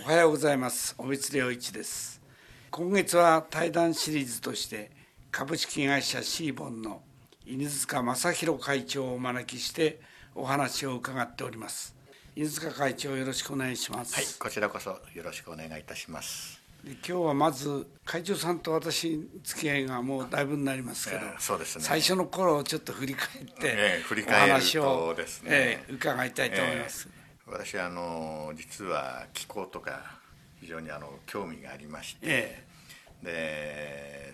おはようございます。小光良一です。今月は対談シリーズとして株式会社シーボンの犬塚正弘会長をお招きしてお話を伺っております。犬塚会長、よろしくお願いします。 はい、こちらこそよろしくお願いいたします。 で、今日はまず会長さんと私付き合いがもうだいぶになりますけど、 そうですね、 最初の頃をちょっと振り返って、 振り返るとですね、 伺いたいと思います。 私実は気候とか非常に興味がありまして、で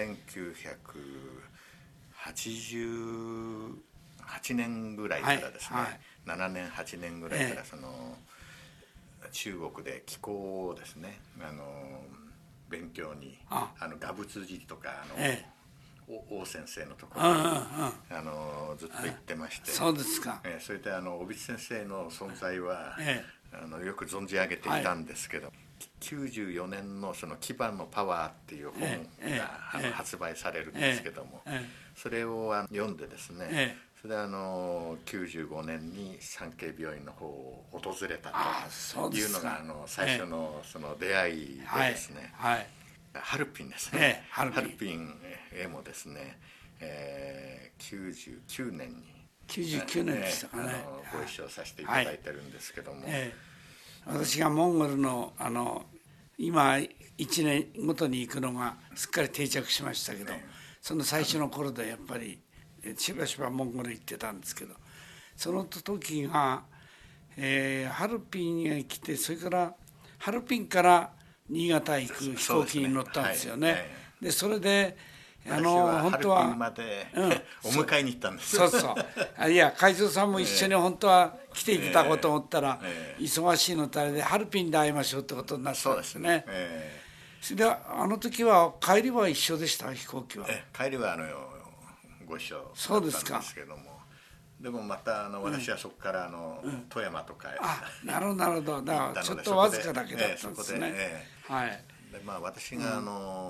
1988年ぐらいからですね、7年8年ぐらいから中国で気候をですね勉強に画仏寺とか王先生のところにずっと行ってまして、 そうですか。 それで小光先生の存在はよく存じ上げていたんですけど、94年の「牙のパワー」っていう本が発売されるんですけども、それを読んでですね、それで95年に産経病院の方を訪れたというのが最初のその出会いでですね、ハルピンですね、ハルピンへもですね、99年でしたかね、 ご一緒させていただいてるんですけども、 私がモンゴルの今1年ごとに行くのがすっかり定着しましたけど、その最初の頃でやっぱりしばしばモンゴル行ってたんですけど、その時が、ハルピンへ来て、それからハルピンから新潟へ行く飛行機に乗ったんですよね。でそれで私はハルピンまでお迎えに行ったんです。 そういや、会長さんも一緒に本当は来ていただこうと思ったら、忙しいのとあれでハルピンで会いましょうってことになったんですね。それで時は帰りは一緒でした、飛行機は。 帰りはご一緒だったんですけども、でもまた私はそこから富山とかなるほど、だからちょっとわずかだけだったんですね。 で私が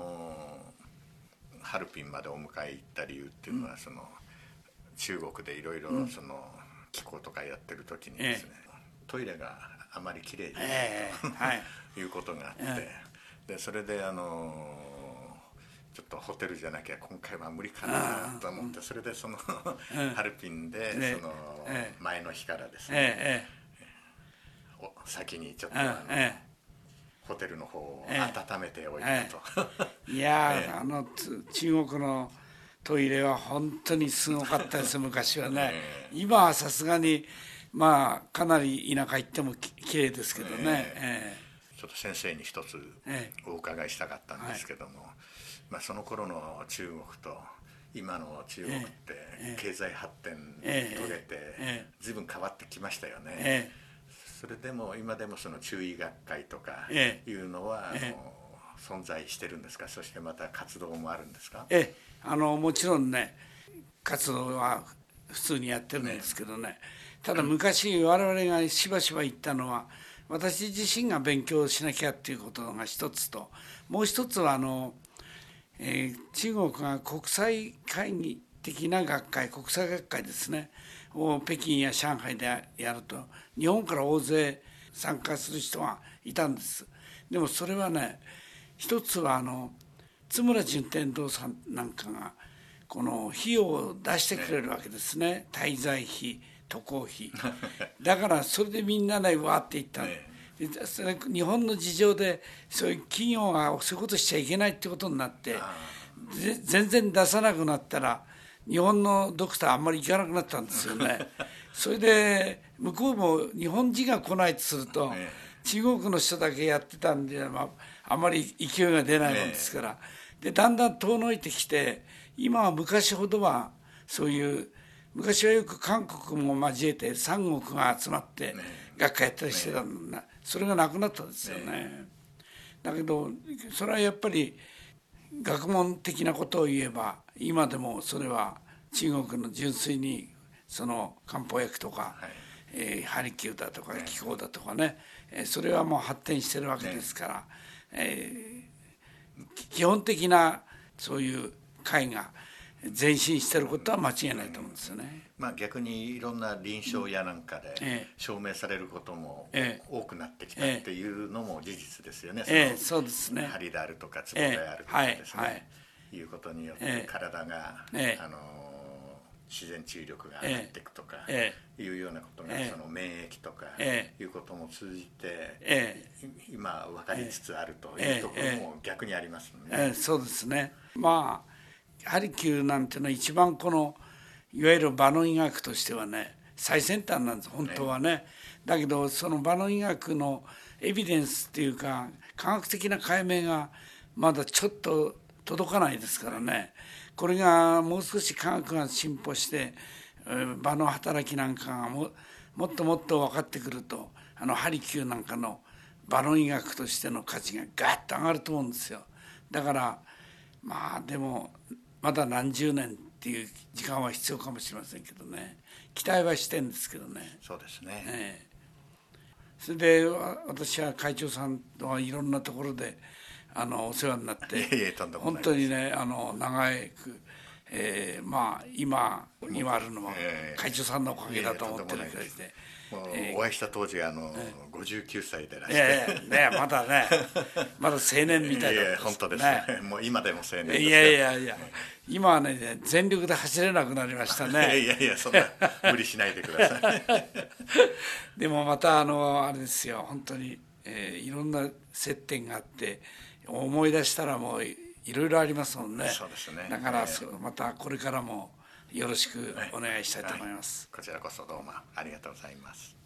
ハルピンまでお迎え行った理由っていうのは、中国でいろいろ気候とかやってる時にですね、トイレがあまりきれいじゃないということがあって、でそれでちょっとホテルじゃなきゃ今回は無理かなと思って、それでハルピンで前の日からですね、先にちょっとホテルの方を温めておいたと。 いや中国のトイレは本当にすごかったです昔はね。今はさすがにかなり田舎行ってもきれいですけどね。 ちょっと先生に一つお伺いしたかったんですけども、その頃の中国と今の中国って経済発展遂げて随分変わってきましたよね。それでも今でも中医学会とかいうのは存在してるんですか。そしてまた活動もあるんですか。 もちろんね、活動は普通にやってるんですけどね、ただ昔我々がしばしば言ったのは、私自身が勉強しなきゃっていうことが一つと、もう一つは中国が国際会議的な学会、国際学会ですねを北京や上海でやると、日本から大勢参加する人がいたんです。でもそれはね、一つは津村順天堂さんなんかがこの費用を出してくれるわけですね、滞在費、渡航費だからそれでみんなでわーっていった日本の事情でそういう企業がそういうことしちゃいけないってことになって、全然出さなくなったら日本のドクターあんまり行かなくなったんですよね。それで向こうも日本人が来ないとすると、中国の人だけやってたんで、あんまり勢いが出ないもんですから、でだんだん遠のいてきて、今は昔ほどはそういう、昔はよく韓国も交えて三国が集まって学会やったりしてたんだ、それがなくなったんですよね。だけどそれはやっぱり学問的なことを言えば、今でもそれは中国の純粋に漢方薬とか、ハリキューだとか気候だとかね、それはもう発展してるわけですから、基本的なそういう会が前進してることは間違いないと思うんですよね。 まあ、逆にいろんな臨床やなんかで証明されることも多くなってきたっていうのも事実ですよね。 そうですね。 針であるとかツボであるとかですね、いうことによって体が自然治癒力が上がっていくとかいうようなことがその免疫とかいうことも通じて今分かりつつあるというところも逆にありますので、 そうですね。まあハリキューなんていうのは一番このいわゆる場の医学としてはね最先端なんです本当はね。だけどその場の医学のエビデンスっていうか科学的な解明がまだちょっと届かないですからね。これがもう少し科学が進歩して場の働きなんかがもっともっと分かってくるとハリキューなんかの場の医学としての価値がガッと上がると思うんですよ。だからまあでもまだ何十年っていう時間は必要かもしれませんけどね、期待はしてるんですけどね。 そうですね、 それで私は会長さんとはいろんなところでお世話になって本当にね長く、まあ今あるのは会長さんのおかげだと思ってるくらいで、 お会いした当時59歳でいらしてまだ青年みたいだったですね。 本当ですね。もう今でも青年ですけど。 いや今はね全力で走れなくなりましたね。 いやそんな無理しないでください。 でもまたあれですよ本当に、いろんな接点があって思い出したらもういろいろありますもんね。 そうですね。 だからまたこれからもよろしくお願いしたいと思います。 こちらこそどうもありがとうございます。